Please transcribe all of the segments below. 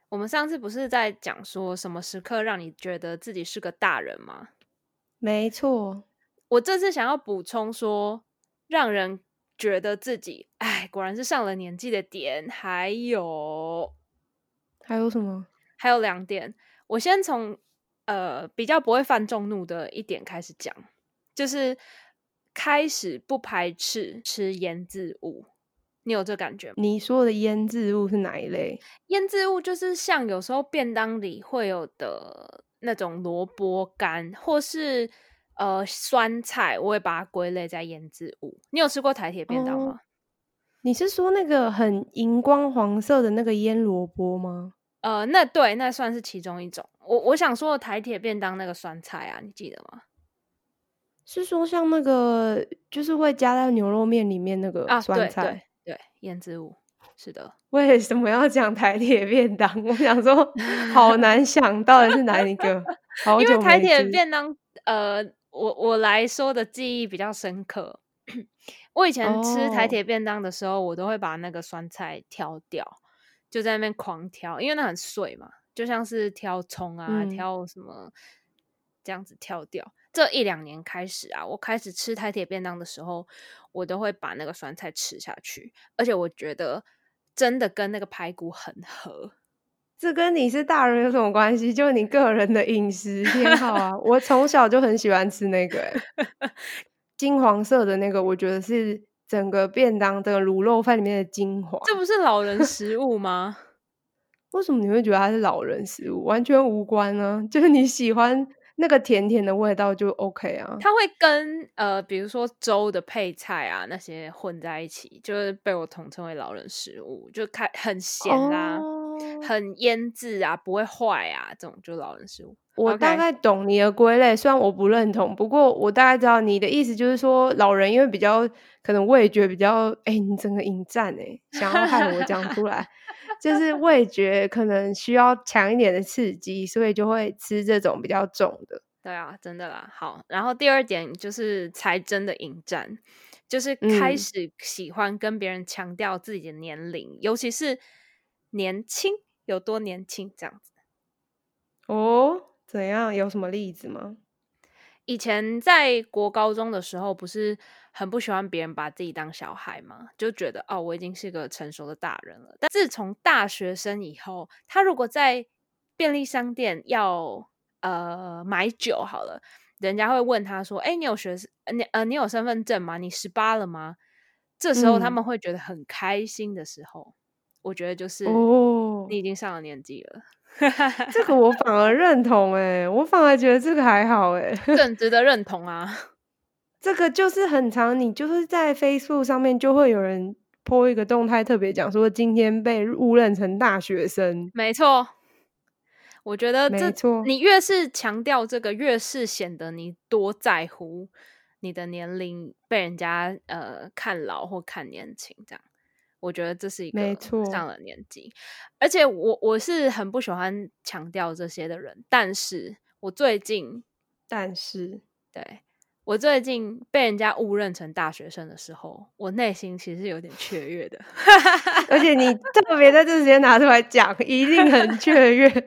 我们上次不是在讲说什么时刻让你觉得自己是个大人吗？ 没错。 我这次想要补充说，让人觉得自己果然是上了年纪的点，还有什么？ 还有2点。我先从比较不会犯众怒的一点开始讲，就是开始不排斥吃腌制物。你有这感觉吗？ 你说的腌制物是哪一类？ 腌制物就是像有时候便当里会有的那种萝卜干，或是酸菜，我会把它归类在腌制物。你有吃过台铁便当哦， 吗？ 你是说那个很荧光黄色的那个腌萝卜吗？ 那算是其中一种。我想说的台铁便当那个酸菜啊，你记得吗？ 是说像那个就是会加在牛肉面里面那个啊，对对酸菜？ 对，腌制物，是的。 为什么要讲台铁便当？我想说好难想到底是哪一个，好久因为台没吃。 铁便当，我来说的记忆比较深刻。我以前吃台哦。 铁便当的时候，我都会把那个酸菜挑掉，就在那边狂挑，因为那很碎嘛，就像是挑葱啊， 嗯。 挑什么这样子挑掉。这1-2年开始啊，我开始吃台铁便当的时候，我都会把那个酸菜吃下去，而且我觉得真的跟那个排骨很合。 这跟你是大人有什么关系？就是你个人的饮食偏好啊。我从小就很喜欢吃那个金黄色的那个，我觉得是整个便当的卤肉饭里面的精华。 这不是老人食物吗？ 为什么你会觉得它是老人食物？完全无关啊，就是你喜欢那个甜甜的味道就 OK 啊。 它会跟比如说粥的配菜啊那些混在一起，就是被我统称为老人食物，就很咸啦， 哦。 很腌制啊，不会坏啊，这种就是老人食物。 我大 OK， 概懂你的归类，虽然我不认同，不过我大概知道你的意思，就是说老人因为比较可能味觉比较，你整个引战想要害我讲出来，就是味觉可能需要强一点的刺激，所以就会吃这种比较重的。 对啊，真的啦。好，然后第2点就是才真的引战，就是开嗯。 始喜欢跟别人强调自己的年龄，尤其是年轻有多年轻这样子。 哦，怎样？有什么例子吗？ 以前在国高中的时候，不是很不喜欢别人把自己当小孩吗？就觉得我已经是个成熟的大人了。但自从大学生以后，他如果在便利商店要买酒好了，人家会问他说：“哎，你有身份证吗？你18了吗？”这时候他嗯。 们会觉得很开心的时候，我觉得就是哦， 你已经上了年纪了。 这个我反而认同我反而觉得这个还好这很值得认同啊。 这个就是很常，你就是在 Facebook 上面就会有人 po 一个动态，特别讲说今天被误认成大学生。 没错。我觉得没错。 你越是强调这个，越是显得你多在乎你的年龄被人家看老或看年轻，这样我觉得这是一没个错。 上了年纪，而且我是很不喜欢强调这些的人，但是我最近但是对我最近被人家误认成大学生的时候，我内心其实是有点雀跃的。 而且你特别在这时间拿出来讲，一定很雀跃。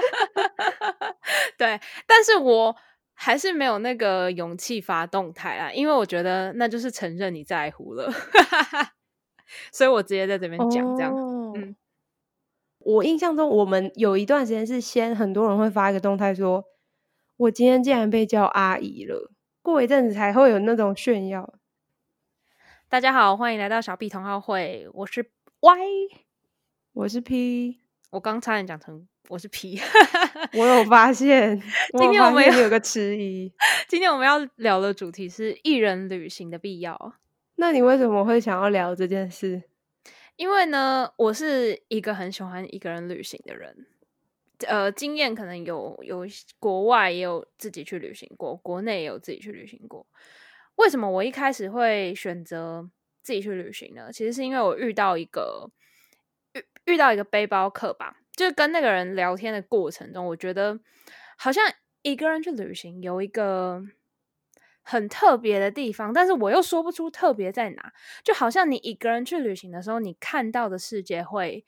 对，但是我还是没有那个勇气发动态啦，因为我觉得那就是承认你在乎了，所以我直接在这边讲这样。 哦， 嗯， 我印象中我们有一段时间是先很多人会发一个动态说，我今天竟然被叫阿姨了，过一阵子才会有那种炫耀。 大家好，欢迎来到小 B 同好会，我是 Y， 我是 P。 我刚差点讲成我是 P。 我有发现， 今我有发天我们要现你有个迟疑。 今天我们要聊的主题是一人旅行的必要。 那你为什么会想要聊这件事？ 因为呢，我是一个很喜欢一个人旅行的人。经验可能有国外也有自己去旅行过，国内也有自己去旅行过。为什么我一开始会选择自己去旅行呢？其实是因为我遇到一个背包客吧，就是跟那个人聊天的过程中，我觉得好像一个人去旅行有一个很特别的地方，但是我又说不出特别在哪。就好像你一个人去旅行的时候，你看到的世界会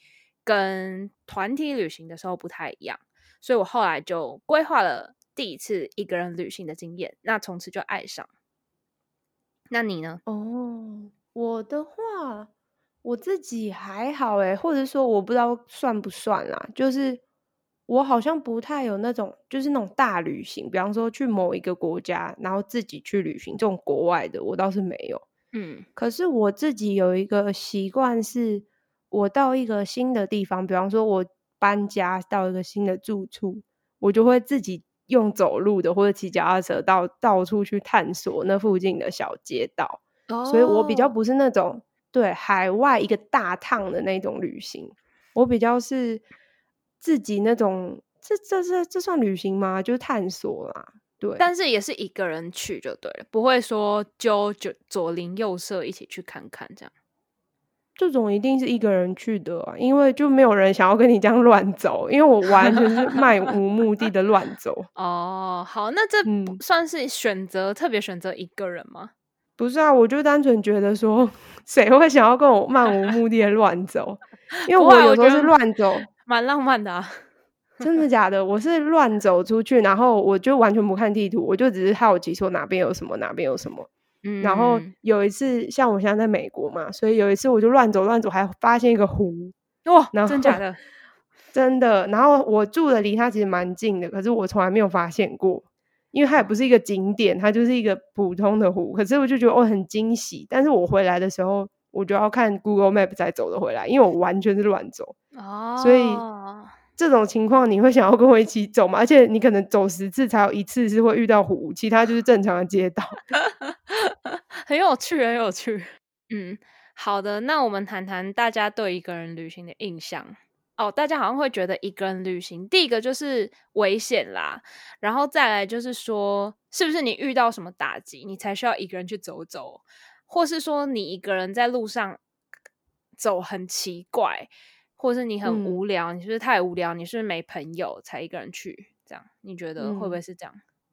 跟团体旅行的时候不太一样，所以我后来就规划了第一次一个人旅行的经验，那从此就爱上。那你呢？ 哦，我的话，我自己还好诶，或者说我不知道算不算啦，就是我好像不太有那种，就是那种大旅行，比方说去某一个国家，然后自己去旅行这种国外的，我倒是没有。可是我自己有一个习惯是，我到一个新的地方，比方说我搬家到一个新的住处，我就会自己用走路的或者骑脚踏车到处去探索那附近的小街道。所以我比较哦， 不是那种对海外一个大趟的那种旅行，我比较是自己那种，这算旅行吗？就是探索啦，对。 但是也是一个人去就对了，不会说就左邻右舍一起去看看这样。 这种一定是一个人去的啊，因为就没有人想要跟你这样乱走，因为我完全是漫无目的的乱走。 哦，好，那这不嗯， 算是特别选择一个人吗？ 不是啊，我就单纯觉得说，谁会想要跟我漫无目的的乱走？因为不会啊， 我有时候是我觉得乱走， 蛮浪漫的啊。 真的假的？我是乱走出去，然后我就完全不看地图，我就只是好奇说哪边有什么，哪边有什么。然后嗯， 有一次，像我现在在美国嘛，所以有一次我就乱走乱走，还发现一个湖， 哇， 然后真假的？ 真的，然后我住的离它其实蛮近的，可是我从来没有发现过，因为它也不是一个景点，它就是一个普通的湖。可是我就觉得很惊喜，但是我回来的时候，我就要看 Google Map 才走得回来，因为我完全是乱走。所以哦， 这种情况你会想要跟我一起走吗？而且你可能走10次才有1次是会遇到湖，其他就是正常的街道。 很有趣，很有趣。嗯，好的，那我们谈谈大家对一个人旅行的印象。哦，大家好像会觉得一个人旅行，第一个就是危险啦，然后再来就是说，是不是你遇到什么打击，你才需要一个人去走走，或是说你一个人在路上走很奇怪，或是你很嗯无聊，你是不是太无聊，你是不是没朋友才一个人去？这样，你觉得会不会嗯。 是这样？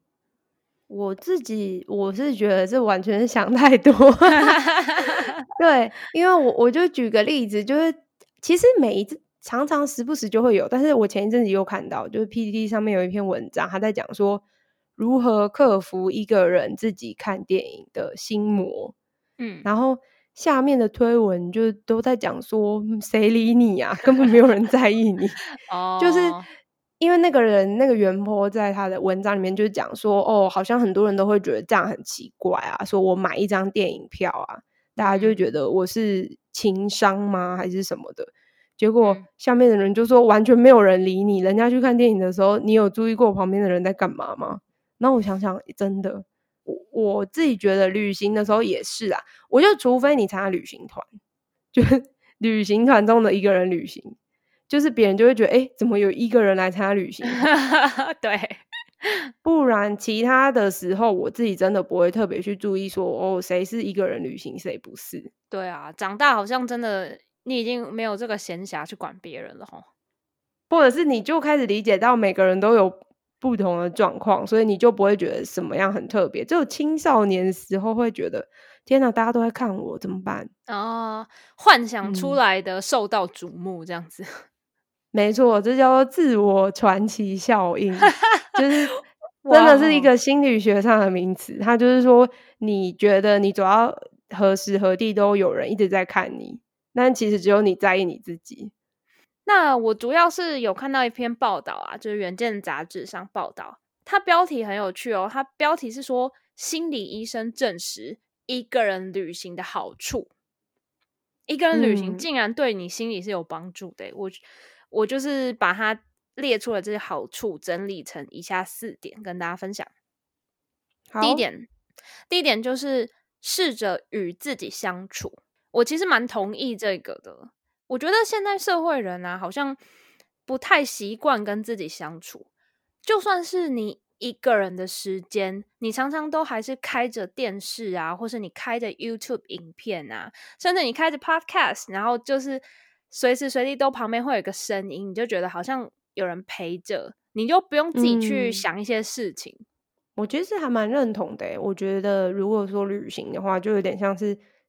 我是觉得这完全是想太多。对，因为我就举个例子，就是其实每一次常常时不时就会有，但是我前一阵子又看到，就是 PTT 上面有一篇文章，他在讲说如何克服一个人自己看电影的心魔。 嗯， 然后下面的推文就都在讲说，谁理你啊，根本没有人在意你。就是哦， 因为那个人那个原 po 在他的文章里面就讲说，哦，好像很多人都会觉得这样很奇怪啊，说我买一张电影票啊，大家就会嗯觉得我是情商吗，还是什么的。结果嗯。 下面的人就说完全没有人理你，人家去看电影的时候，你有注意过旁边的人在干嘛吗？然后我想想，真的，我自己觉得旅行的时候也是啊，我觉得除非你参加旅行团，就是旅行团中的一个人旅行，就是别人就会觉得，诶，怎么有一个人来参加旅行团？ 对， 不然其他的时候，我自己真的不会特别去注意说，哦，谁是一个人旅行，谁不是。 对啊，长大好像真的你已经没有这个闲暇去管别人了吼。 或者是你就开始理解到每个人都有不同的状况，所以你就不会觉得什么样很特别。只有青少年的时候会觉得，天哪，大家都在看我，怎么办？ 哦，幻想出嗯， 来的受到瞩目这样子。 没错，这叫做自我传奇效应，就是真的是一哇哦， 个心理学上的名词。它就是说，你觉得你走到何时何地都有人一直在看你，但其实只有你在意你自己。 那我主要是有看到一篇报道啊，就是《远见》杂志上报道，它标题很有趣哦，它标题是说心理医生证实一个人旅行的好处。一个人旅行嗯， 竟然对你心理是有帮助的欸，我就是把它列出了这些好处，整理成以下4点跟大家分享。第一好， 点，第一点就是试着与自己相处。我其实蛮同意这个的。我觉得现在社会人啊，好像不太习惯跟自己相处。就算是你一个人的时间，你常常都还是开着电视啊，或是你开着 YouTube 影片啊，甚至你开着 Podcast，然后就是随时随地都旁边会有一个声音，你就觉得好像有人陪着，你就不用自己去嗯。 想一些事情。 我其实还蛮认同的诶，我觉得如果说旅行的话，就有点像是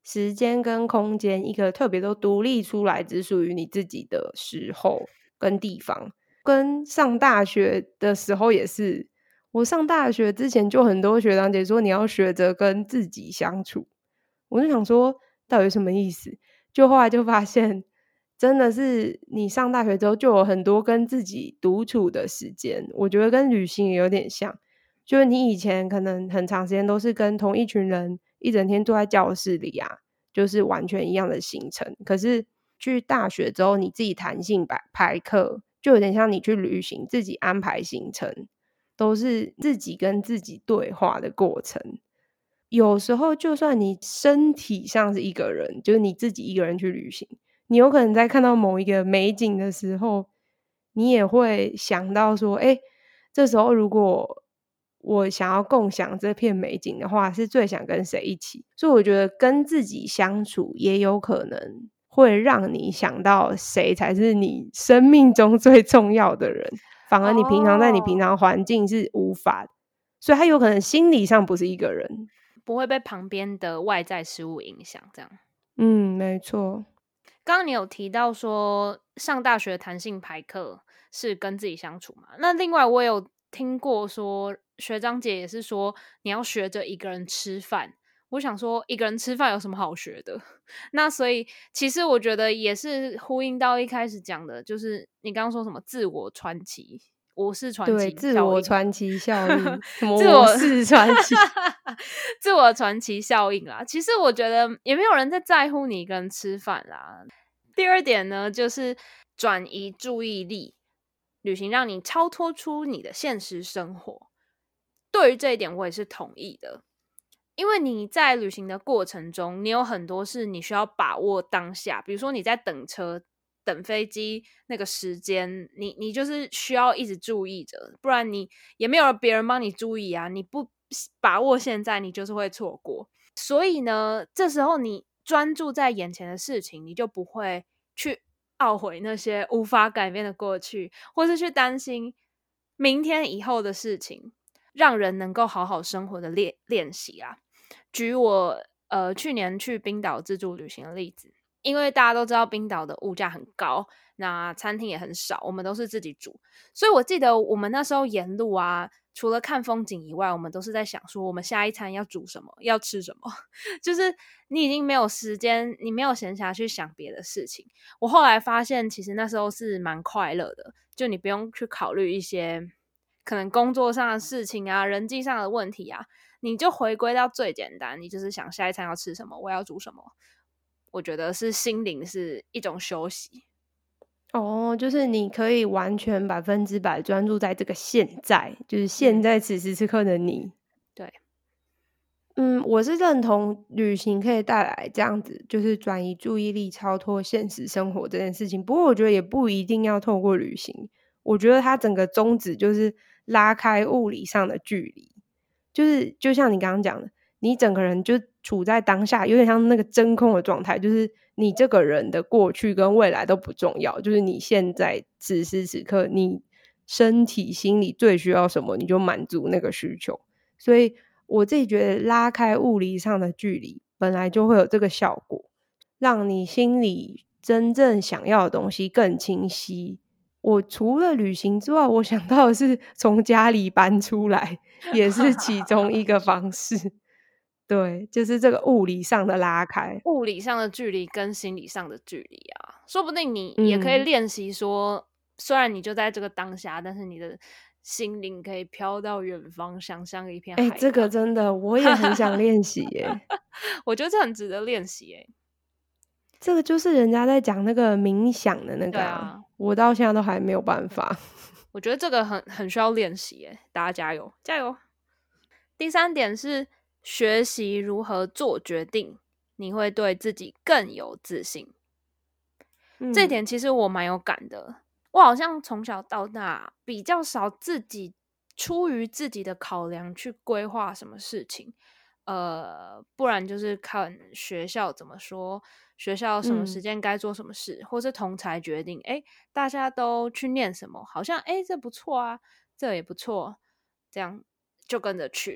时间跟空间一个特别都独立出来只属于你自己的时候跟地方。跟上大学的时候也是，我上大学之前就很多学长姐说你要学着跟自己相处，我就想说到底什么意思，就后来就发现真的是你上大学之后就有很多跟自己独处的时间，我觉得跟旅行也有点像，就是你以前可能很长时间都是跟同一群人一整天坐在教室里啊，就是完全一样的行程，可是去大学之后你自己弹性排课，就有点像你去旅行自己安排行程，都是自己跟自己对话的过程。有时候就算你身体上是一个人，就是你自己一个人去旅行，你有可能在看到某一个美景的时候，你也会想到说这时候如果我想要共享这片美景的话，是最想跟谁一起。所以我觉得跟自己相处也有可能会让你想到谁才是你生命中最重要的人，反而你平常在你平常环境是无法的，所以他有可能心理上不是一个人， 不会被旁边的外在事物影响这样。 没错。 刚刚你有提到说上大学弹性排课是跟自己相处嘛？那另外我也有听过说学长姐也是说你要学着一个人吃饭。我想说一个人吃饭有什么好学的？那所以其实我觉得也是呼应到一开始讲的，就是你刚刚说什么自我传奇，我是传对， 奇效应， 自我传奇效应，什么自我我是传奇， 自我传奇效应啦。其实我觉得也没有人在乎你一个人吃饭啦。第二点呢，就是转移注意力，旅行让你超脱出你的现实生活。对于这一点，我也是同意的。因为你在旅行的过程中，你有很多事你需要把握当下，比如说你在等车、等飞机那个时间，你就是需要一直注意着，不然你也没有别人帮你注意啊，你不把握现在，你就是会错过。所以呢，这时候你专注在眼前的事情，你就不会去懊悔那些无法改变的过去，或是去担心明天以后的事情，让人能够好好生活的练习啊。举我去年去冰岛自助旅行的例子，因为大家都知道冰岛的物价很高，那餐厅也很少，我们都是自己煮，所以我记得我们那时候沿路啊，除了看风景以外，我们都是在想说我们下一餐要煮什么，要吃什么，就是你已经没有时间，你没有闲暇去想别的事情。我后来发现，其实那时候是蛮快乐的，就你不用去考虑一些可能工作上的事情啊，人际上的问题啊，你就回归到最简单，你就是想下一餐要吃什么，我要煮什么。我觉得是心灵是一种休息。 哦，就是你可以完全100%专注在这个现在，就是现在此时此刻的你。 对， 我是认同旅行可以带来这样子，就是转移注意力、超脱现实生活这件事情。不过我觉得也不一定要透过旅行，我觉得它整个宗旨就是拉开物理上的距离，就像你刚刚讲的，你整个人就处在当下，有点像那个真空的状态，就是你这个人的过去跟未来都不重要，就是你现在此时此刻，你身体心理最需要什么，你就满足那个需求。所以我自己觉得拉开物理上的距离本来就会有这个效果，让你心里真正想要的东西更清晰。我除了旅行之外，我想到的是从家里搬出来，也是其中一个方式。对，就是这个物理上的拉开。 物理上的距离跟心理上的距离啊，说不定你也可以练习说，虽然你就在这个当下，但是你的心灵可以飘到远方，想象一片海洋。 这个真的我也很想练习耶。 我觉得这很值得练习耶。 这个就是人家在讲那个冥想的那个我到现在都还没有办法。 我觉得这个很需要练习耶，大家加油加油。第三点是学习如何做决定，你会对自己更有自信。这一点其实我蛮有感的，我好像从小到大比较少自己出于自己的考量去规划什么事情，不然就是看学校怎么说，学校什么时间该做什么事，或是同侪决定，大家都去念什么，好像这不错啊，这也不错，这样就跟着去了。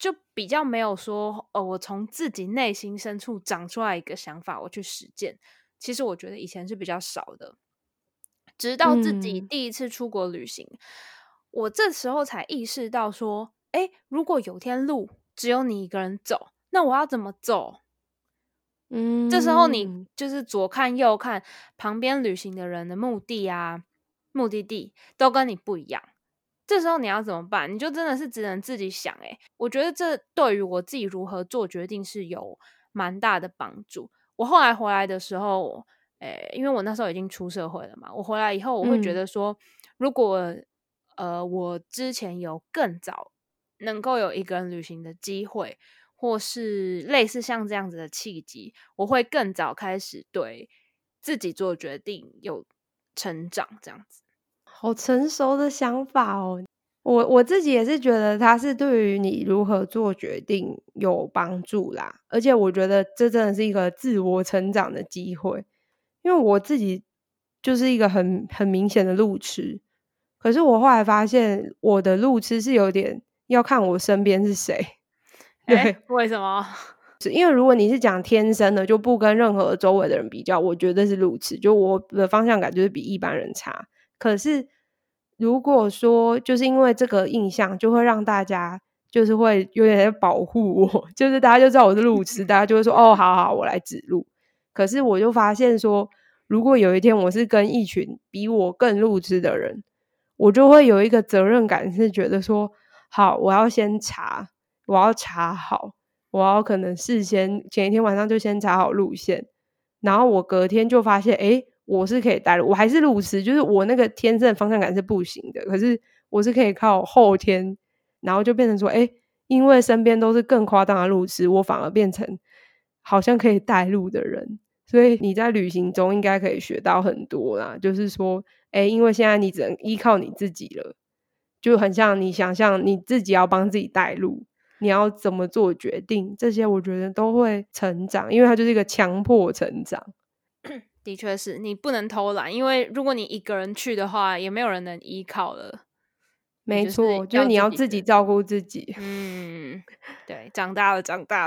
就比较没有说我从自己内心深处长出来一个想法我去实践。其实我觉得以前是比较少的，直到自己第一次出国旅行，我这时候才意识到说，如果有天路只有你一个人走，那我要怎么走？这时候你就是左看右看，旁边旅行的人的目的啊、目的地都跟你不一样。这时候你要怎么办？你就真的是只能自己想。我觉得这对于我自己如何做决定是有蛮大的帮助。我后来回来的时候，因为我那时候已经出社会了嘛，我回来以后我会觉得说，如果我之前有更早能够有一个人旅行的机会，或是类似像这样子的契机，我会更早开始对自己做决定有成长，这样子。 好成熟的想法哦。我自己也是觉得它是对于你如何做决定有帮助啦，而且我觉得这真的是一个自我成长的机会。因为我自己就是一个很明显的路痴，可是我后来发现我的路痴是有点要看我身边是谁。对， 为什么？ 因为如果你是讲天生的，就不跟任何周围的人比较，我觉得是路痴，就我的方向感就是比一般人差。可是如果说就是因为这个印象，就会让大家就是会有点在保护我，就是大家就知道我是路痴，大家就会说哦，好好，我来指路。可是我就发现说，如果有一天我是跟一群比我更路痴的人，我就会有一个责任感，是觉得说，好，我要先查，我要查好。我要可能事先前一天晚上就先查好路线，然后我隔天就发现，我是可以带路，我还是路痴，就是我那个天生的方向感是不行的，可是我是可以靠后天，然后就变成说，因为身边都是更夸张的路痴，我反而变成好像可以带路的人。所以你在旅行中应该可以学到很多啦，就是说，因为现在你只能依靠你自己了，就很像你想象你自己要帮自己带路，你要怎么做决定，这些我觉得都会成长，因为它就是一个强迫成长。 的确是，你不能偷懒，因为如果你一个人去的话，也没有人能依靠了。 没错，就是你要自己照顾自己。 对，长大了。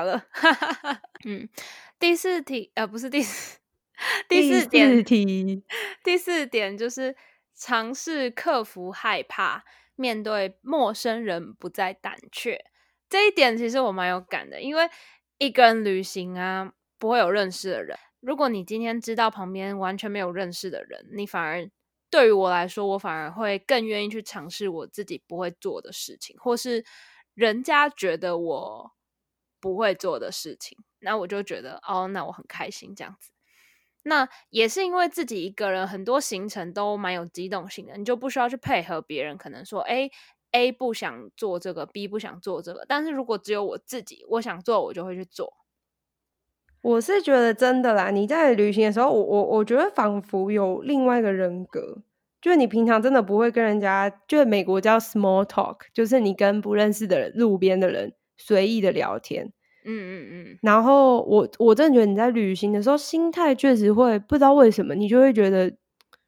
第四题，不是第四题， 第四点就是尝试克服害怕，面对陌生人不再胆怯。这一点其实我蛮有感的，因为一个人旅行啊，不会有认识的人。如果你今天知道旁边完全没有认识的人，你反而对于我来说，我反而会更愿意去尝试我自己不会做的事情，或是人家觉得我不会做的事情，那我就觉得那我很开心这样子。那也是因为自己一个人，很多行程都蛮有机动性的，你就不需要去配合别人，可能说A 不想做这个 B 不想做这个，但是如果只有我自己我想做，我就会去做。 我是觉得真的啦，你在旅行的时候，我觉得仿佛有另外一个人格，就是你平常真的不会跟人家，就是美国叫 small talk， 就是你跟不认识的人、路边的人随意的聊天。然后我真的觉得你在旅行的时候，心态确实会不知道为什么，你就会觉得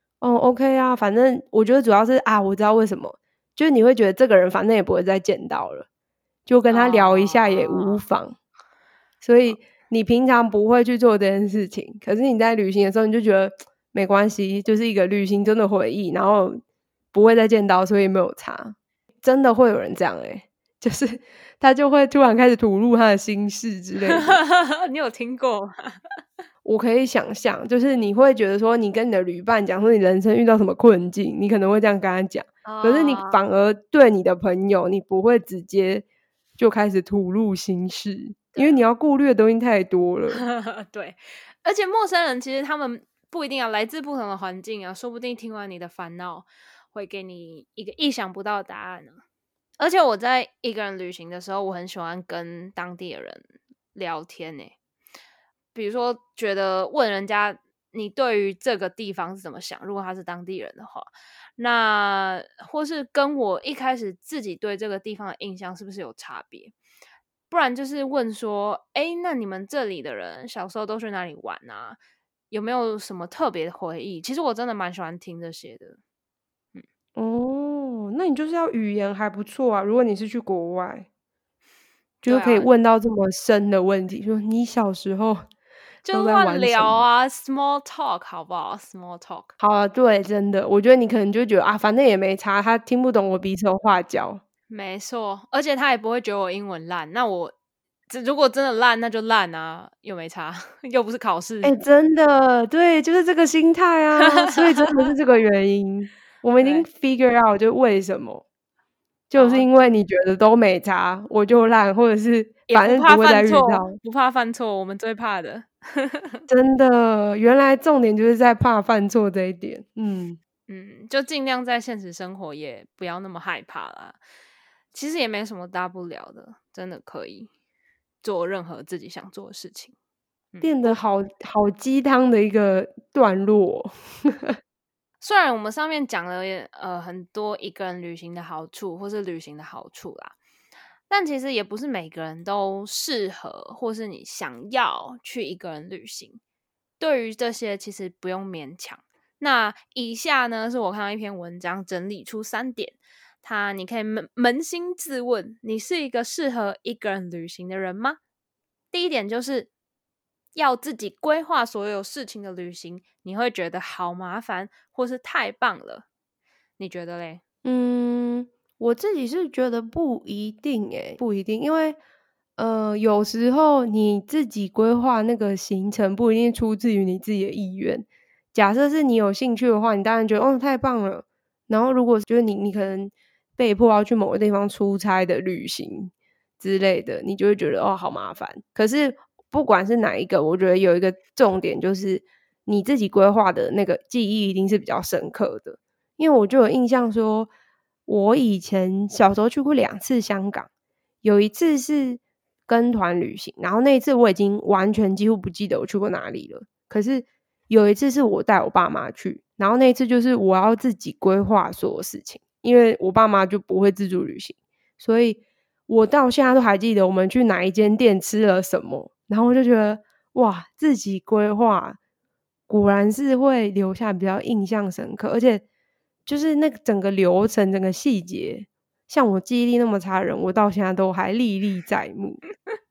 OK 啊，反正我觉得主要是我知道为什么，就是你会觉得这个人反正也不会再见到了，就跟他聊一下也无妨。所以你平常不会去做这件事情，可是你在旅行的时候，你就觉得没关系，就是一个旅行中的回忆，然后不会再见到，所以没有差。真的会有人这样就是他就会突然开始吐露他的心事之类的。 你有听过吗？ 我可以想象，就是你会觉得说，你跟你的旅伴讲说你人生遇到什么困境，你可能会这样跟他讲，可是你反而对你的朋友，你不会直接就开始吐露心事，因为你要顾虑的东西太多了。 对，而且陌生人其实他们不一定来自不同的环境啊，说不定听完你的烦恼，会给你一个意想不到的答案呢。而且我在一个人旅行的时候，我很喜欢跟当地的人聊天比如说觉得问人家你对于这个地方是怎么想，如果他是当地人的话，那或是跟我一开始自己对这个地方的印象是不是有差别，不然就是问说那你们这里的人小时候都去哪里玩啊，有没有什么特别的回忆。其实我真的蛮喜欢听这些的。 那你就是要语言还不错啊，如果你是去国外。 就是可以问到这么深的问题，说你小时候就都在玩乱聊什么？ 啊，small talk 好不好？small talk。 好啊，对，真的，我觉得你可能就觉得啊，反正也没差，他听不懂我比手画脚。 没错，而且他也不会觉得我英文烂。那我如果真的烂，那就烂啊，又没差，又不是考试。 真的，对，就是这个心态啊，所以真的是这个原因，我们已经对 figure out 就为什么，就是好， 因为你觉得都没差，我就烂，或者是也不怕反正不会再犯错， 遇到。 不怕犯错，我们最怕的。 真的，原来重点就是在怕犯错这一点。 就尽量在现实生活也不要那么害怕啦。其实也没什么大不了的，真的可以做任何自己想做的事情。 变得好鸡汤的一个段落。 虽然我们上面讲了很多一个人旅行的好处或是旅行的好处啦，但其实也不是每个人都适合或是你想要去一个人旅行。对于这些其实不用勉强。那以下呢是我看到一篇文章整理出3点，你可以扪心自问，你是一个适合一个人旅行的人吗？第一点就是要自己规划所有事情的旅行，你会觉得好麻烦或是太棒了，你觉得嘞？ 我自己是觉得不一定不一定，因为有时候你自己规划那个行程不一定出自于你自己的意愿。假设是你有兴趣的话，你当然觉得太棒了。然后如果就是你可能被迫要去某个地方出差的旅行之类的，你就会觉得好麻烦。可是不管是哪一个，我觉得有一个重点就是你自己规划的那个记忆一定是比较深刻的。因为我就有印象说，我以前小时候去过2次香港，有一次是跟团旅行，然后那一次我已经完全几乎不记得我去过哪里了。可是有一次是我带我爸妈去，然后那一次就是我要自己规划所有事情，因为我爸妈就不会自助旅行，所以我到现在都还记得我们去哪一间店吃了什么，然后我就觉得哇，自己规划果然是会留下比较印象深刻，而且就是那个整个流程整个细节，像我记忆力那么差的人，我到现在都还历历在目。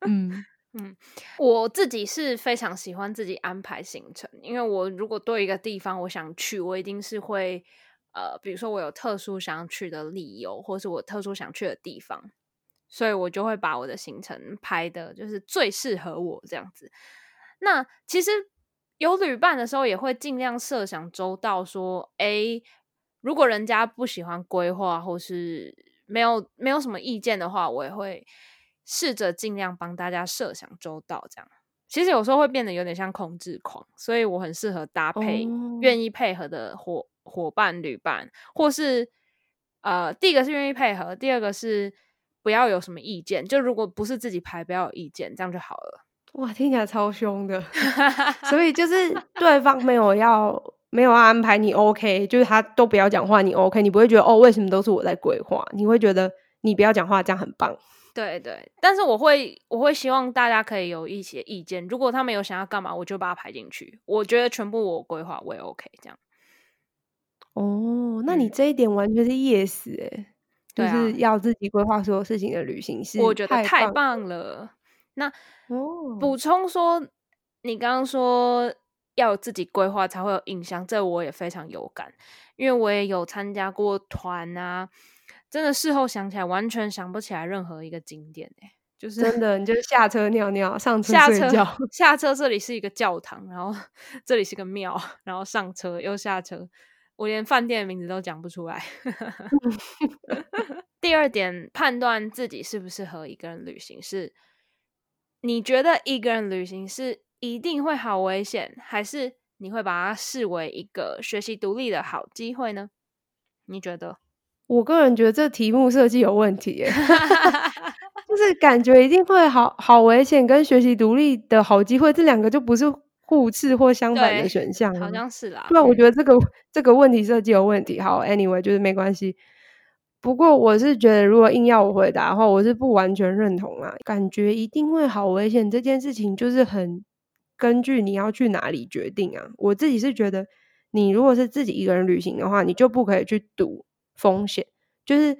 我自己是非常喜欢自己安排行程，因为我如果对一个地方我想去，我一定是会比如说我有特殊想要去的理由，或是我特殊想去的地方，所以我就会把我的行程排的就是最适合我这样子。那其实有旅伴的时候也会尽量设想周到，说如果人家不喜欢规划或是没有什么意见的话，我也会试着尽量帮大家设想周到这样。其实有时候会变得有点像控制狂，所以我很适合搭配愿意配合的伙伴旅伴，或是第一个是愿意配合，第二个是不要有什么意见，就如果不是自己排不要有意见，这样就好了。 哇，听起来超凶的。所以就是对方没有要安排你 OK， 就是他都不要讲话你 OK， 你不会觉得为什么都是我在规划，你会觉得你不要讲话这样很棒。 对对，但是我会希望大家可以有一些意见，如果他们有想要干嘛，我就把它排进去，我觉得全部我规划我也 OK 这样。 那你这一点完全是 yes 就是对啊， 要自己规划所有事情的旅行是我觉得太棒棒了。那哦。 补充说，你刚刚说要有自己规划才会有印象，这我也非常有感，因为我也有参加过团啊，真的事后想起来完全想不起来任何一个景点就是真的，你就下车尿尿，上车下车睡觉。 下车这里是一个教堂，然后这里是个庙，然后上车又下车，我连饭店的名字都讲不出来。第二点，判断自己适不适合一个人旅行是，你觉得一个人旅行是一定会好危险，还是你会把它视为一个学习独立的好机会呢？你觉得？ 我个人觉得这题目设计有问题就是感觉一定会好危险跟学习独立的好机会，这2个就不是互斥或相反的选项好像是啦。 对啊，我觉得这个问题设计有问题。好 ，anyway， 就是没关系。不过我是觉得，如果硬要我回答的话，我是不完全认同啦。感觉一定会好危险这件事情，就是很根据你要去哪里决定啊。我自己是觉得，你如果是自己一个人旅行的话，你就不可以去赌风险。就是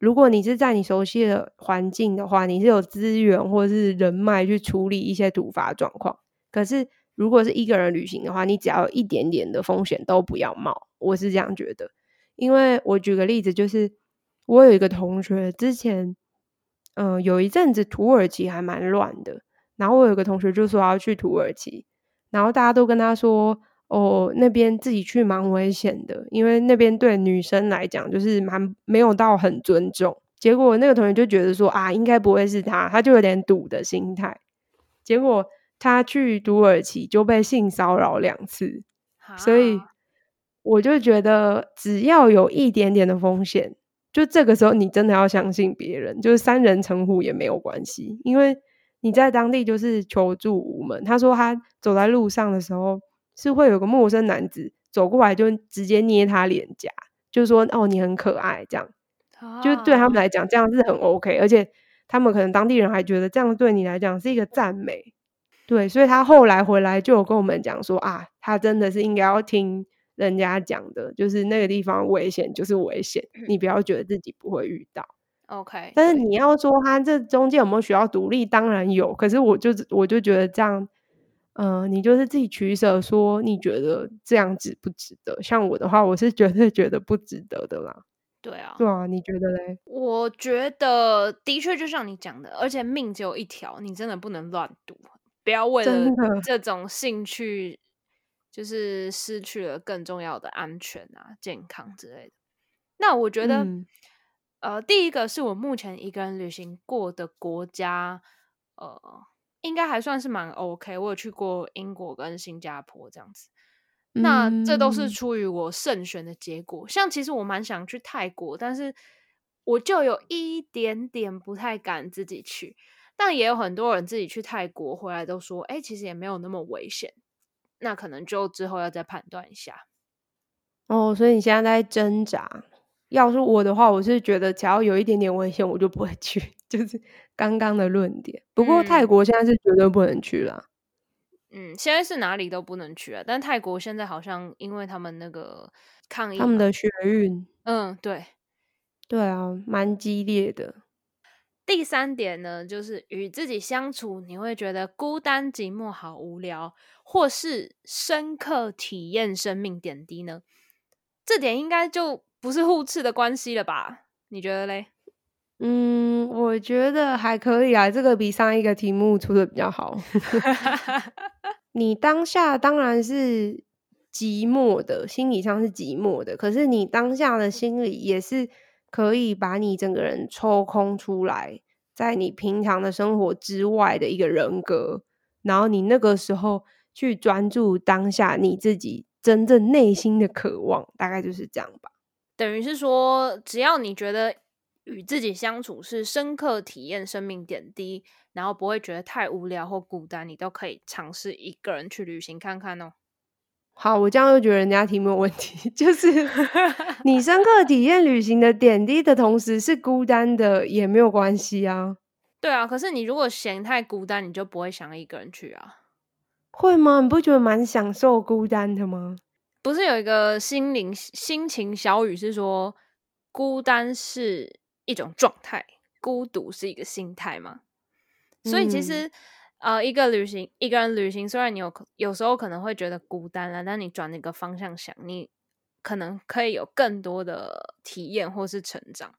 如果你是在你熟悉的环境的话，你是有资源或是人脉去处理一些突发状况。可是如果是一个人旅行的话，你只要有一点点的风险都不要冒，我是这样觉得。因为我举个例子，就是我有一个同学之前有一阵子土耳其还蛮乱的，然后我有个同学就说要去土耳其，然后大家都跟他说那边自己去蛮危险的，因为那边对女生来讲就是没有到很尊重。结果那个同学就觉得说应该不会是他就有点赌的心态。结果他去土耳其就被性骚扰2次，所以我就觉得只要有一点点的风险，就这个时候你真的要相信别人，就是3人成虎也没有关系，因为你在当地就是求助无门。他说他走在路上的时候是会有个陌生男子走过来就直接捏他脸颊，就说你很可爱这样，就对他们来讲这样是很 OK， 而且他们可能当地人还觉得这样对你来讲是一个赞美。对，所以他后来回来就有跟我们讲说他真的是应该要听人家讲的，就是那个地方危险就是危险，你不要觉得自己不会遇到。 OK， 但是你要说他这中间有没有学到独立，当然有，可是我就觉得这样你就是自己取舍，说你觉得这样值不值得。像我的话，我是绝对觉得不值得的啦。 对啊， 对啊，你觉得嘞？ 我觉得的确就像你讲的，而且命只有一条，你真的不能乱赌，不要为了这种兴趣就是失去了更重要的安全健康之类的。那我觉得第一个是我目前一个人旅行过的国家应该还算是蛮 OK， 我有去过英国跟新加坡这样子。那这都是出于我慎选的结果。像其实我蛮想去泰国，但是我就有一点点不太敢自己去。但也有很多人自己去泰国回来都说其实也没有那么危险。那可能就之后要再判断一下。 所以你现在在挣扎。要是我的话，我是觉得只要有一点点危险我就不会去，就是刚刚的论点。不过泰国现在是绝对不能去啦。 现在是哪里都不能去但泰国现在好像因为他们那个抗议， 他们的学运对啊，蛮激烈的。 第3点呢，就是与自己相处你会觉得孤单寂寞好无聊，或是深刻体验生命点滴呢？这点应该就不是互斥的关系了吧？你觉得嘞？ 我觉得还可以啊，这个比上一个题目出的比较好。你当下当然是寂寞的，心理上是寂寞的，可是你当下的心理也是可以把你整个人抽空出来，在你平常的生活之外的一个人格，然后你那个时候去专注当下你自己真正内心的渴望，大概就是这样吧。 等于是说，只要你觉得与自己相处是深刻体验生命点滴，然后不会觉得太无聊或孤单，你都可以尝试一个人去旅行看看哦。 好，我这样又觉得人家题目有问题，就是你深刻体验旅行的点滴的同时是孤单的也没有关系啊。 对啊，可是你如果嫌太孤单，你就不会想一个人去啊。 会吗？你不觉得蛮享受孤单的吗？ 不是有一个心情小语是说，孤单是一种状态，孤独是一个心态吗？所以其实一个人旅行，虽然你有时候可能会觉得孤单了，但你转一个方向想，你可能可以有更多的体验或是成长。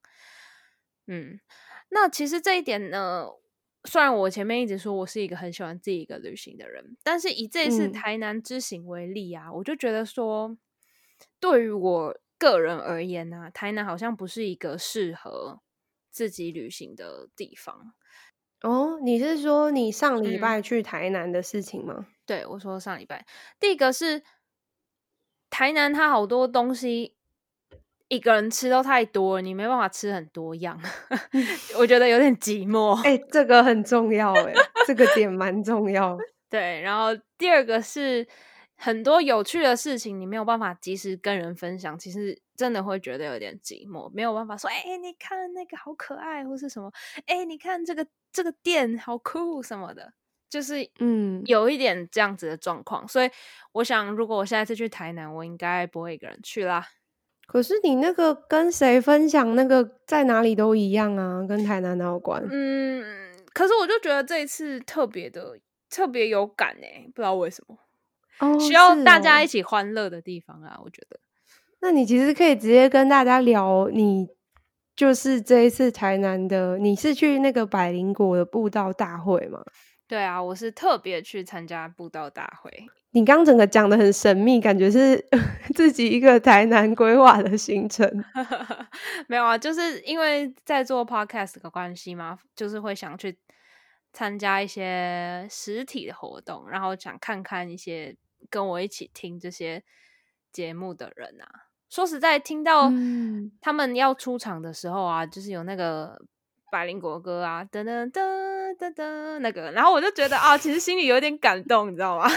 那其实这一点呢，虽然我前面一直说我是一个很喜欢自己一个旅行的人，但是以这一次台南之行为例我就觉得说，对于我个人而言台南好像不是一个适合自己旅行的地方。 你是说你上礼拜去台南的事情吗？ 对，我说上礼拜。第一个是台南它好多东西一个人吃都太多了，你没办法吃很多样我觉得有点寂寞。 这个很重要这个点蛮重要。 对，然后第二个是很多有趣的事情你没有办法及时跟人分享，其实真的会觉得有点寂寞，没有办法说你看那个好可爱或是什么你看这个店好酷什么的，就是有一点这样子的状况。所以我想如果我下一次去台南，我应该不会一个人去啦。 可是你那个跟谁分享，那个在哪里都一样啊，跟台南哪有关？ 可是我就觉得这一次特别有感不知道为什么，需哦， 要是哦。 大家一起欢乐的地方啊，我觉得。 那你其实可以直接跟大家聊，你就是这一次台南的，你是去那个百灵果的布道大会吗？ 对啊，我是特别去参加布道大会。 你刚整个讲得很神秘，感觉是自己一个台南规划的行程。 没有啊，就是因为在做 podcast 的关系嘛，就是会想去参加一些实体的活动，然后想看看一些跟我一起听这些节目的人啊。说实在，听到嗯。 他们要出场的时候啊，就是有那个百灵果歌啊，噔噔噔噔噔那个，然后我就觉得啊，其实心里有点感动，你知道吗？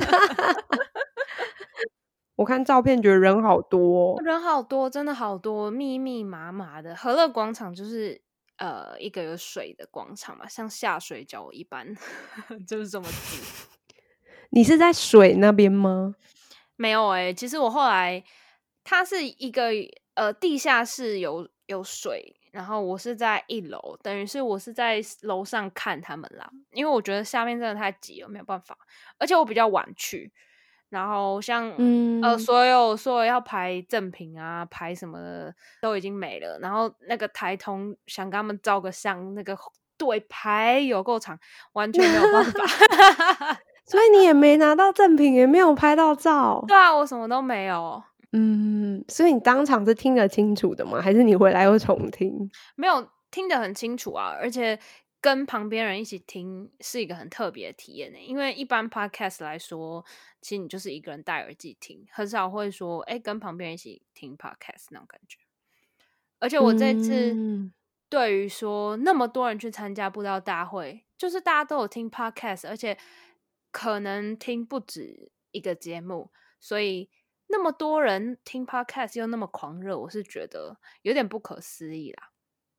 我看照片觉得人好多哦。 人好多，真的好多，密密麻麻的。和乐广场就是一个有水的广场嘛，像下水饺一般，就是这么挤。 你是在水那边吗？ 没有其实我后来它是一个地下室有水，然后我是在1楼，等于是我是在楼上看他们啦，因为我觉得下面真的太挤了，没有办法，而且我比较晚去，然后像嗯。 所有要排赠品啊，排什么的都已经没了，然后那个台通想跟他们照个相，那个队排有够长，完全没有办法。 所以你也没拿到赠品，也没有拍到照。 对啊，我什么都没有。 所以你当场是听得清楚的吗？还是你回来又重听？ 没有听得很清楚啊，而且跟旁边人一起听是一个很特别的体验因为一般 podcast 来说，其实你就是一个人戴耳机听，很少会说跟旁边人一起听 podcast 那种感觉。而且我这次对于说那么多人去参加布道大会，就是大家都有听 podcast， 而且可能听不止一个节目，所以那么多人听 podcast 又那么狂热，我是觉得有点不可思议啦。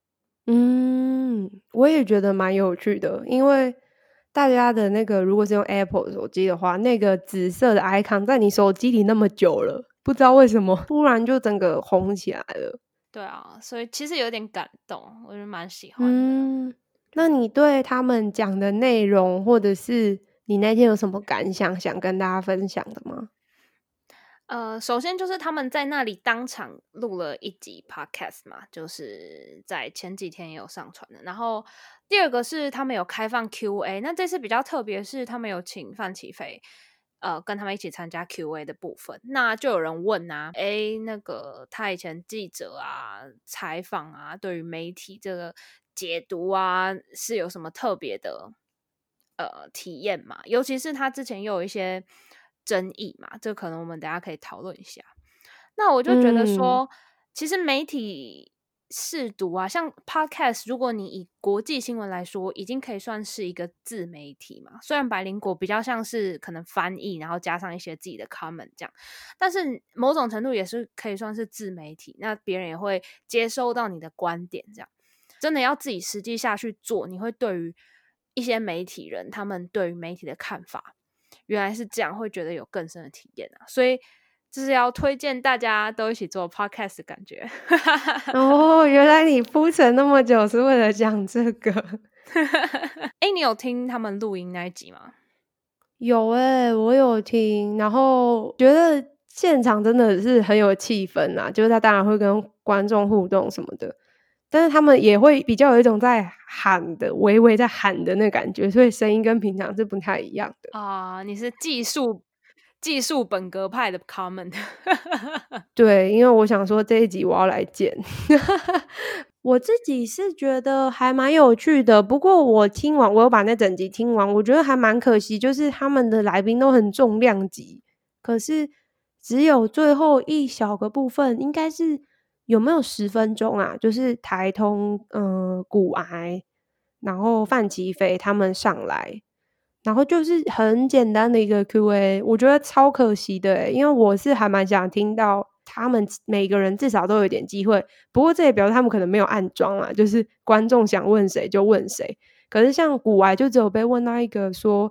我也觉得蛮有趣的，因为大家的那个如果是用 Apple 手机的话，那个紫色的 icon 在你手机里那么久了，不知道为什么突然就整个红起来了。 对啊，所以其实有点感动，我就蛮喜欢的。 那你对他们讲的内容，或者是你那天有什么感想想跟大家分享的吗？ 首先就是他们在那里当场录了一集 podcast 嘛，就是在前几天也有上传的。然后第二个是他们有开放 Q&A， 那这次比较特别是他们有请范琪斐跟他们一起参加 Q&A 的部分。那就有人问啊，那个他以前记者啊采访啊，对于媒体这个解读啊是有什么特别的体验嘛？尤其是他之前又有一些争议嘛，这可能我们等一下可以讨论一下。那我就觉得说，其实媒体识读啊，像 podcast， 如果你以国际新闻来说，已经可以算是一个自媒体嘛。虽然百灵果比较像是可能翻译，然后加上一些自己的 comment 这样，但是某种程度也是可以算是自媒体。那别人也会接收到你的观点，这样真的要自己实际下去做，你会对于一些媒体人他们对于媒体的看法原来是这样，会觉得有更深的体验啊，所以就是要推荐大家都一起做 podcast 的感觉。 哦，原来你铺陈那么久是为了讲这个。 你有听他们录音那一集吗？ 有我有听，然后觉得现场真的是很有气氛啊，就是他当然会跟观众互动什么的，但是他们也会比较有一种在喊的，微微在喊的那感觉，所以声音跟平常是不太一样的。 你是技术本格派的 comment。 对，因为我想说这一集我要来剪。我自己是觉得还蛮有趣的，不过我听完，我有把那整集听完，我觉得还蛮可惜，就是他们的来宾都很重量级，可是只有最后一小个部分，应该是有没有10分钟啊？就是台通骨癌，然后范琪斐他们上来，然后就是很简单的一个 Q&A， 我觉得超可惜的因为我是还蛮想听到他们每个人至少都有点机会，不过这也表示他们可能没有暗装啦，就是观众想问谁就问谁。可是像古癌就只有被问到一个说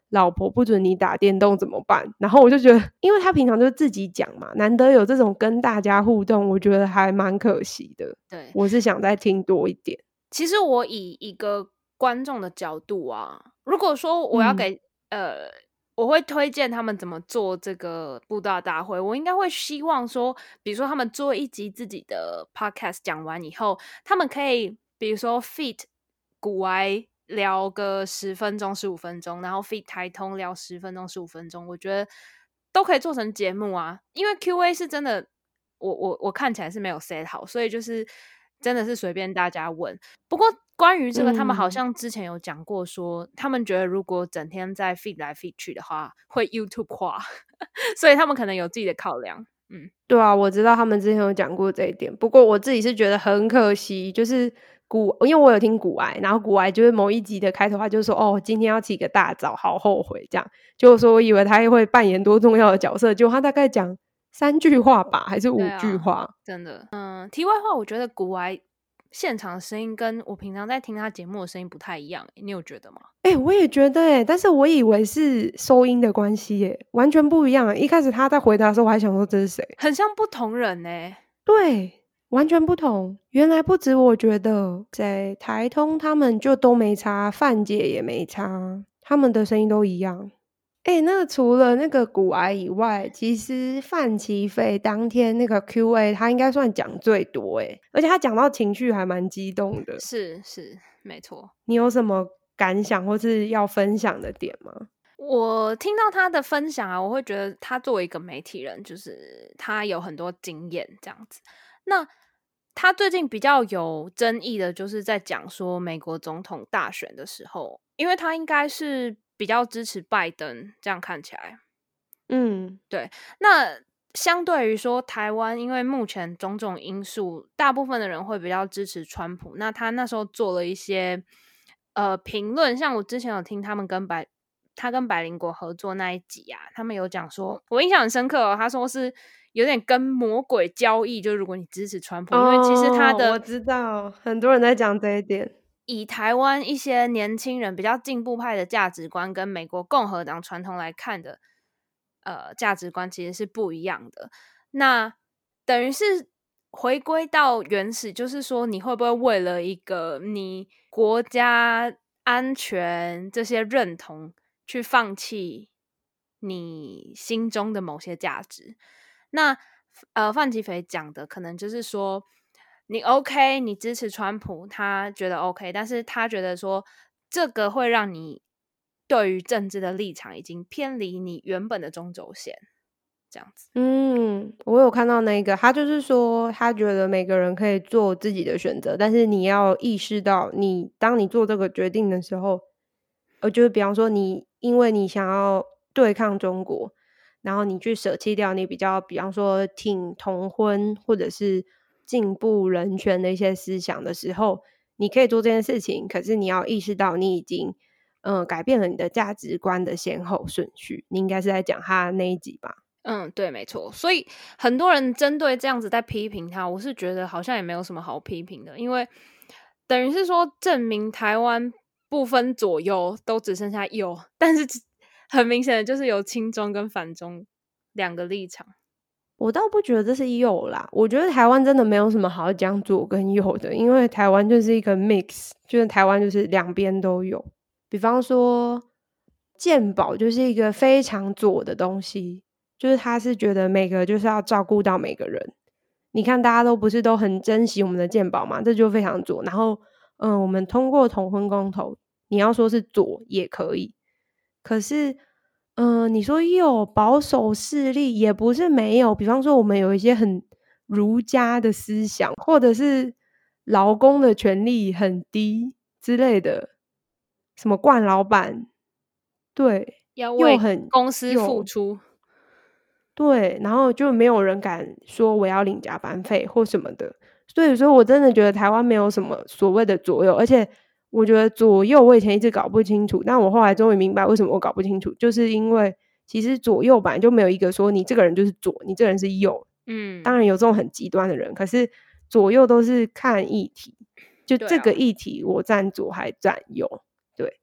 老婆不准你打电动怎么办？然后我就觉得，因为他平常就自己讲嘛，难得有这种跟大家互动，我觉得还蛮可惜的。 对， 我是想再听多一点。 其实我以一个观众的角度啊，如果说我要给我会推荐他们怎么做这个布道大会，我应该会希望说，比如说他们做一集自己的 podcast 讲完以后，他们可以比如说 feat 古癌聊个10分钟15分钟，然后 feat 台通聊10分钟15分钟，我觉得都可以做成节目啊。因为 Q&A 是真的，我看起来是没有 set 好，所以就是真的是随便大家问。不过关于这个，他们好像之前有讲过说，他们觉得如果整天在 feed 来 feed 去的话，会 YouTube 化，所以他们可能有自己的考量。 对啊，我知道他们之前有讲过这一点，不过我自己是觉得很可惜，就是因为我有听古癌，然后古癌就是某一集的开头，他就说哦，今天要起个大早，好后悔这样。就是说我以为他会扮演多重要的角色，结果他大概讲3句话吧，还是5句话， 真的。题外话，我觉得古癌现场的声音跟我平常在听他节目的声音不太一样，你有觉得吗？ 我也觉得但是我以为是收音的关系完全不一样一开始他在回答的时候，我还想说这是谁， 很像不同人对，完全不同。原来不止我觉得，在台通他们就都没差，范姐也没差，他们的声音都一样。那除了那个古癌以外，其实范琪斐当天那个 Q&A 他应该算讲最多而且他讲到情绪还蛮激动的。 是没错。 你有什么感想或是要分享的点吗？ 我听到他的分享啊，我会觉得他作为一个媒体人，就是他有很多经验这样子。那他最近比较有争议的，就是在讲说美国总统大选的时候，因为他应该是比较支持拜登，这样看起来。对。那相对于说台湾，因为目前种种因素，大部分的人会比较支持川普。那他那时候做了一些评论，像我之前有听他跟百灵果合作那一集啊，他们有讲说，我印象很深刻他说是有点跟魔鬼交易，就如果你支持川普，因为其实他的我知道很多人在讲这一点， 以台湾一些年轻人比较进步派的价值观跟美国共和党传统来看的价值观其实是不一样的。那等于是回归到原始，就是说你会不会为了一个你国家安全这些认同去放弃你心中的某些价值。那范琪斐讲的可能就是说你 OK， 你支持川普，他觉得 OK， 但是他觉得说这个会让你对于政治的立场已经偏离你原本的中轴线，这样子。 我有看到那个，他就是说他觉得每个人可以做自己的选择，但是你要意识到当你做这个决定的时候，就是比方说因为你想要对抗中国，然后你去舍弃掉你比方说挺同婚或者是进步人权的一些思想的时候，你可以做这件事情，可是你要意识到你已经改变了你的价值观的先后顺序。你应该是在讲他那一集吧？ 对，没错。所以很多人针对这样子在批评他，我是觉得好像也没有什么好批评的，因为等于是说证明台湾不分左右，都只剩下右，但是很明显的就是有亲中跟反中两个立场。 我倒不觉得这是右啦，我觉得台湾真的没有什么好讲左跟右的，因为台湾就是一个 mix， 就是台湾就是两边都有。比方说健保就是一个非常左的东西，就是他是觉得每个就是要照顾到每个人。你看大家都不是都很珍惜我们的健保嘛，这就非常左。然后我们通过同婚公投，你要说是左也可以，可是你说右保守势力也不是没有，比方说我们有一些很儒家的思想，或者是劳工的权利很低之类的，什么惯老板，对， 要为很公司付出， 对，然后就没有人敢说我要领加班费或什么的。所以说我真的觉得台湾没有什么所谓的左右，而且我觉得左右我以前一直搞不清楚，但我后来终于明白为什么我搞不清楚，就是因为其实左右本来就没有一个说你这个人就是左，你这个人是右。当然有这种很极端的人，可是左右都是看议题，就这个议题我站左还站右。对，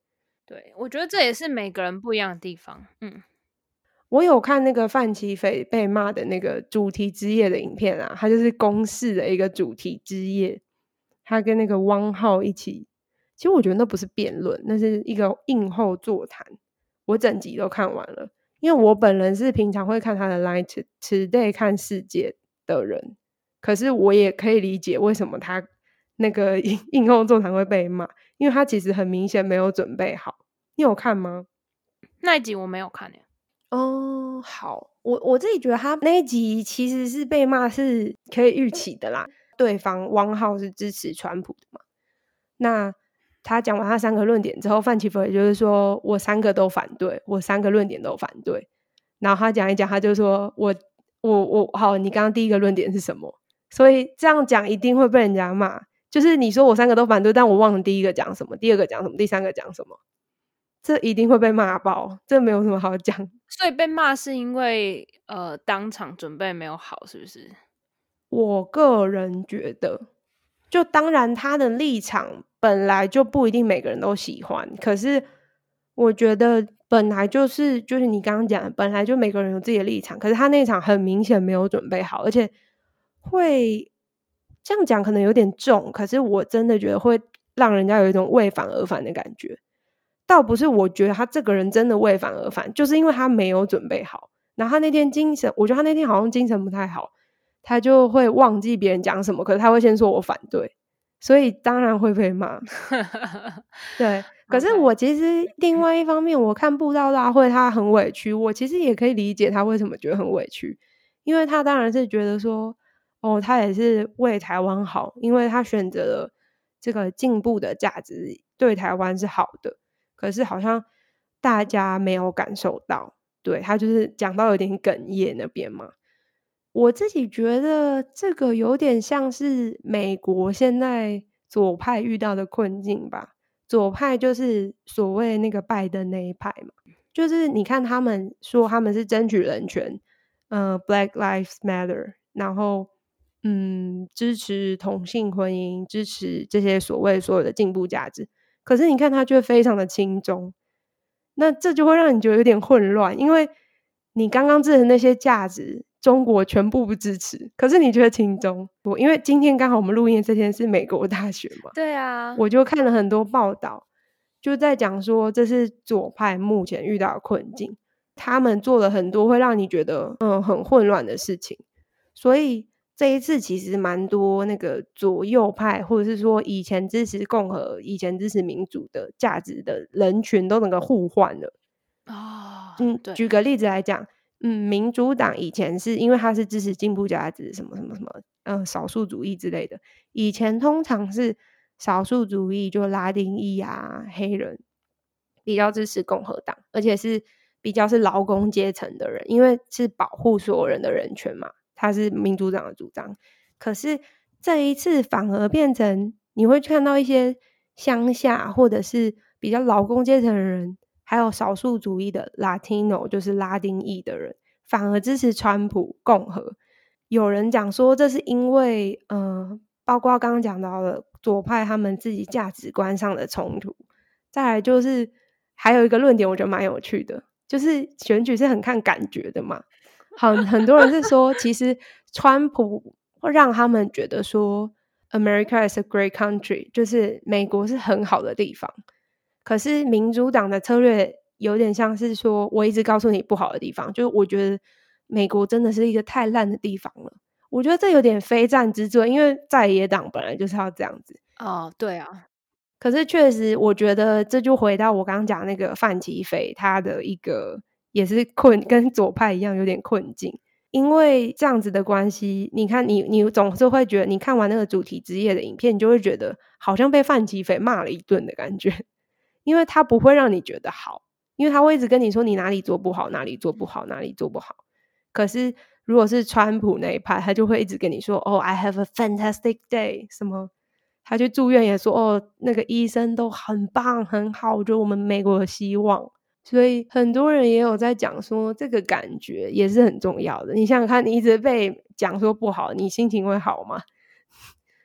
对，我觉得这也是每个人不一样的地方。 我有看那个范琪斐被骂的那个主题之夜的影片啊，他就是公视的一个主题之夜，他跟那个汪浩一起，其实我觉得那不是辩论，那是一个映后座谈，我整集都看完了，因为我本人是平常会看他的 Line Today 看世界的人，可是我也可以理解为什么他那个映后座谈会被骂，因为他其实很明显没有准备好。你有看吗？ 那一集我没有看耶。 哦，好，我自己觉得他那一集其实是被骂是可以预期的啦。对方汪浩是支持川普的嘛，那他讲完他3个论点之后，范琪斐也就是说我3个都反对，我3个论点都反对。然后他讲一讲，他就说我好，你刚刚第一个论点是什么？所以这样讲一定会被人家骂，就是你说我3个都反对，但我忘了第一个讲什么，第二个讲什么，第3个讲什么，这一定会被骂爆，这没有什么好讲。 所以被骂是因为当场准备没有好，是不是？ 我个人觉得，就当然他的立场本来就不一定每个人都喜欢，可是我觉得本来就是你刚刚讲的，本来就每个人有自己的立场，可是他那场很明显没有准备好，而且会这样讲可能有点重，可是我真的觉得会让人家有一种为反而反的感觉。倒不是我觉得他这个人真的为反而反，就是因为他没有准备好，然后他那天精神，我觉得他那天好像精神不太好，他就会忘记别人讲什么，可是他会先说我反对，所以当然会被骂。对，可是我其实另外一方面，我看布道大会他很委屈，我其实也可以理解他为什么觉得很委屈，因为他当然是觉得说，哦，他也是为台湾好，因为他选择了这个进步的价值对台湾是好的，可是好像大家没有感受到，对，他就是讲到有点哽咽那边嘛。我自己觉得这个有点像是美国现在左派遇到的困境吧。左派就是所谓那个拜登那一派嘛，就是你看他们说他们是争取人权，Black Lives Matter， 然后支持同性婚姻，支持这些所谓所有的进步价值，可是你看他就非常的轻中，那这就会让你觉得有点混乱，因为你刚刚支持那些价值中国全部不支持，可是你觉得轻中，因为今天刚好我们录音这天是美国大选嘛， 对啊， 我就看了很多报道，就在讲说这是左派目前遇到的困境，他们做了很多会让你觉得很混乱的事情，所以这一次其实蛮多那个左右派或者是说以前支持共和以前支持民主的价值的人群都能够互换了。 对， 举个例子来讲，民主党以前是因为他是支持进步价值什么什么什么少数主义之类的，以前通常是少数主义就拉丁裔啊黑人比较支持共和党，而且是比较是劳工阶层的人，因为是保护所有人的人权嘛，他是民主党的主张。可是这一次反而变成你会看到一些乡下或者是比较劳工阶层的人，还有少数主义的 Latino 就是拉丁裔的人反而支持川普共和。有人讲说这是因为包括刚刚讲到的左派他们自己价值观上的冲突，再来就是还有一个论点我觉得蛮有趣的，就是选举是很看感觉的嘛，很多人是说其实川普会让他们觉得说 America is a great country， 就是美国是很好的地方，可是民主党的策略有点像是说我一直告诉你不好的地方，就是我觉得美国真的是一个太烂的地方了，我觉得这有点非战之罪，因为在野党本来就是要这样子。 对啊， 可是确实我觉得这就回到我刚刚讲那个范琪斐他的一个也是跟左派一样有点困境，因为这样子的关系，你看你总是会觉得你看完那个主题之夜的影片，你就会觉得好像被范琪斐骂了一顿的感觉，因为他不会让你觉得好，因为他会一直跟你说你哪里做不好哪里做不好哪里做不好，可是如果是川普那一派，他就会一直跟你说I have a fantastic day， 什么他去住院也说那个医生都很棒很好，就我们美国的希望，所以很多人也有在讲说这个感觉也是很重要的，你想想看你一直被讲说不好，你心情会好吗？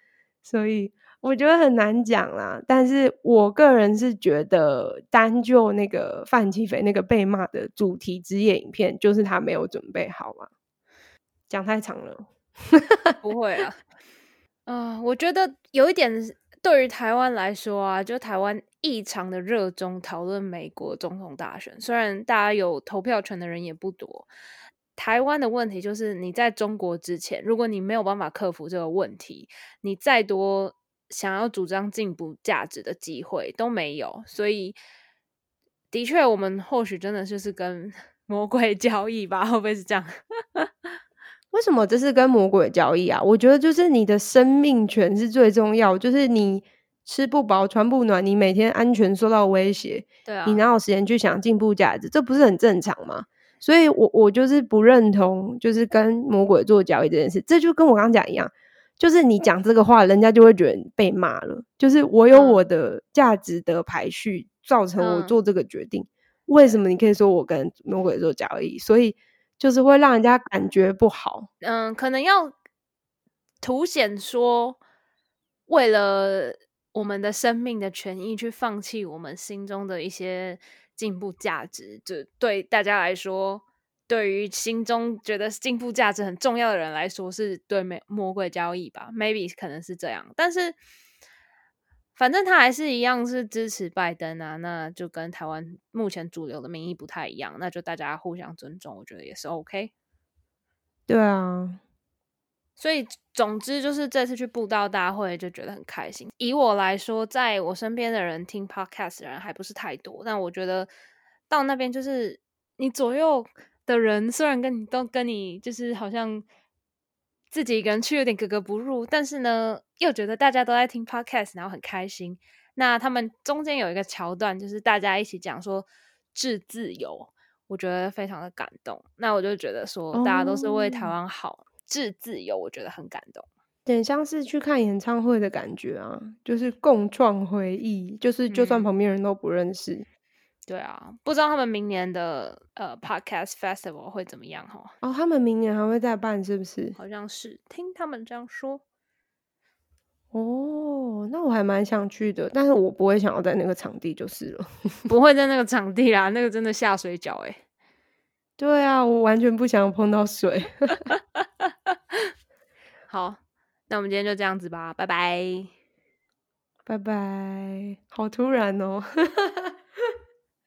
所以我觉得很难讲啦。但是我个人是觉得，单就那个范琪斐那个被骂的主题之夜影片，就是他没有准备好嘛。讲太长了。 不会啊。我觉得有一点对于台湾来说啊，就台湾异常的热衷讨论美国总统大选，虽然大家有投票权的人也不多。台湾的问题就是你在中国之前，如果你没有办法克服这个问题，你再多想要主张进步价值的机会都没有。所以的确我们或许真的就是跟魔鬼交易吧，会不会是这样？ 为什么这是跟魔鬼交易啊？我觉得就是你的生命权是最重要，就是你吃不饱穿不暖，你每天安全受到威胁， 对啊， 你哪有时间去想进步价值？这不是很正常吗？所以我就是不认同就是跟魔鬼做交易这件事。这就跟我刚刚讲一样，就是你讲这个话，人家就会觉得你被骂了。就是我有我的价值的排序，造成我做这个决定。为什么你可以说我跟魔鬼做交易？所以就是会让人家感觉不好。 可能要凸显说，为了我们的生命的权益去放弃我们心中的一些进步价值，就对大家来说，对于心中觉得进步价值很重要的人来说，是对魔鬼交易吧 ？Maybe 可能是这样，但是反正他还是一样是支持拜登啊，那就跟台湾目前主流的民意不太一样，那就大家互相尊重，我觉得也是 OK。 对啊。 所以总之就是这次去布道大会就觉得很开心。以我来说，在我身边的人听 podcast 的人还不是太多，但我觉得到那边就是你左右的人虽然都跟你就是好像自己一个人去有点格格不入，但是呢又觉得大家都在听 podcast， 然后很开心。那他们中间有一个桥段，就是大家一起讲说致自由，我觉得非常的感动。那我就觉得说大家都是为台湾好。致自由，我觉得很感动， 点像是去看演唱会的感觉啊，就是共创回忆，就是就算旁边人都不认识。 对啊，不知道他们明年的Podcast Festival 会怎么样齁？ 哦，他们明年还会再办是不是？ 好像是，听他们这样说。 哦，那我还蛮想去的，但是我不会想要在那个场地就是了。 不会在那个场地啦，那个真的下水饺欸。 对啊，我完全不想碰到水。 好，那我们今天就这样子吧，拜拜。 拜拜，好突然哦。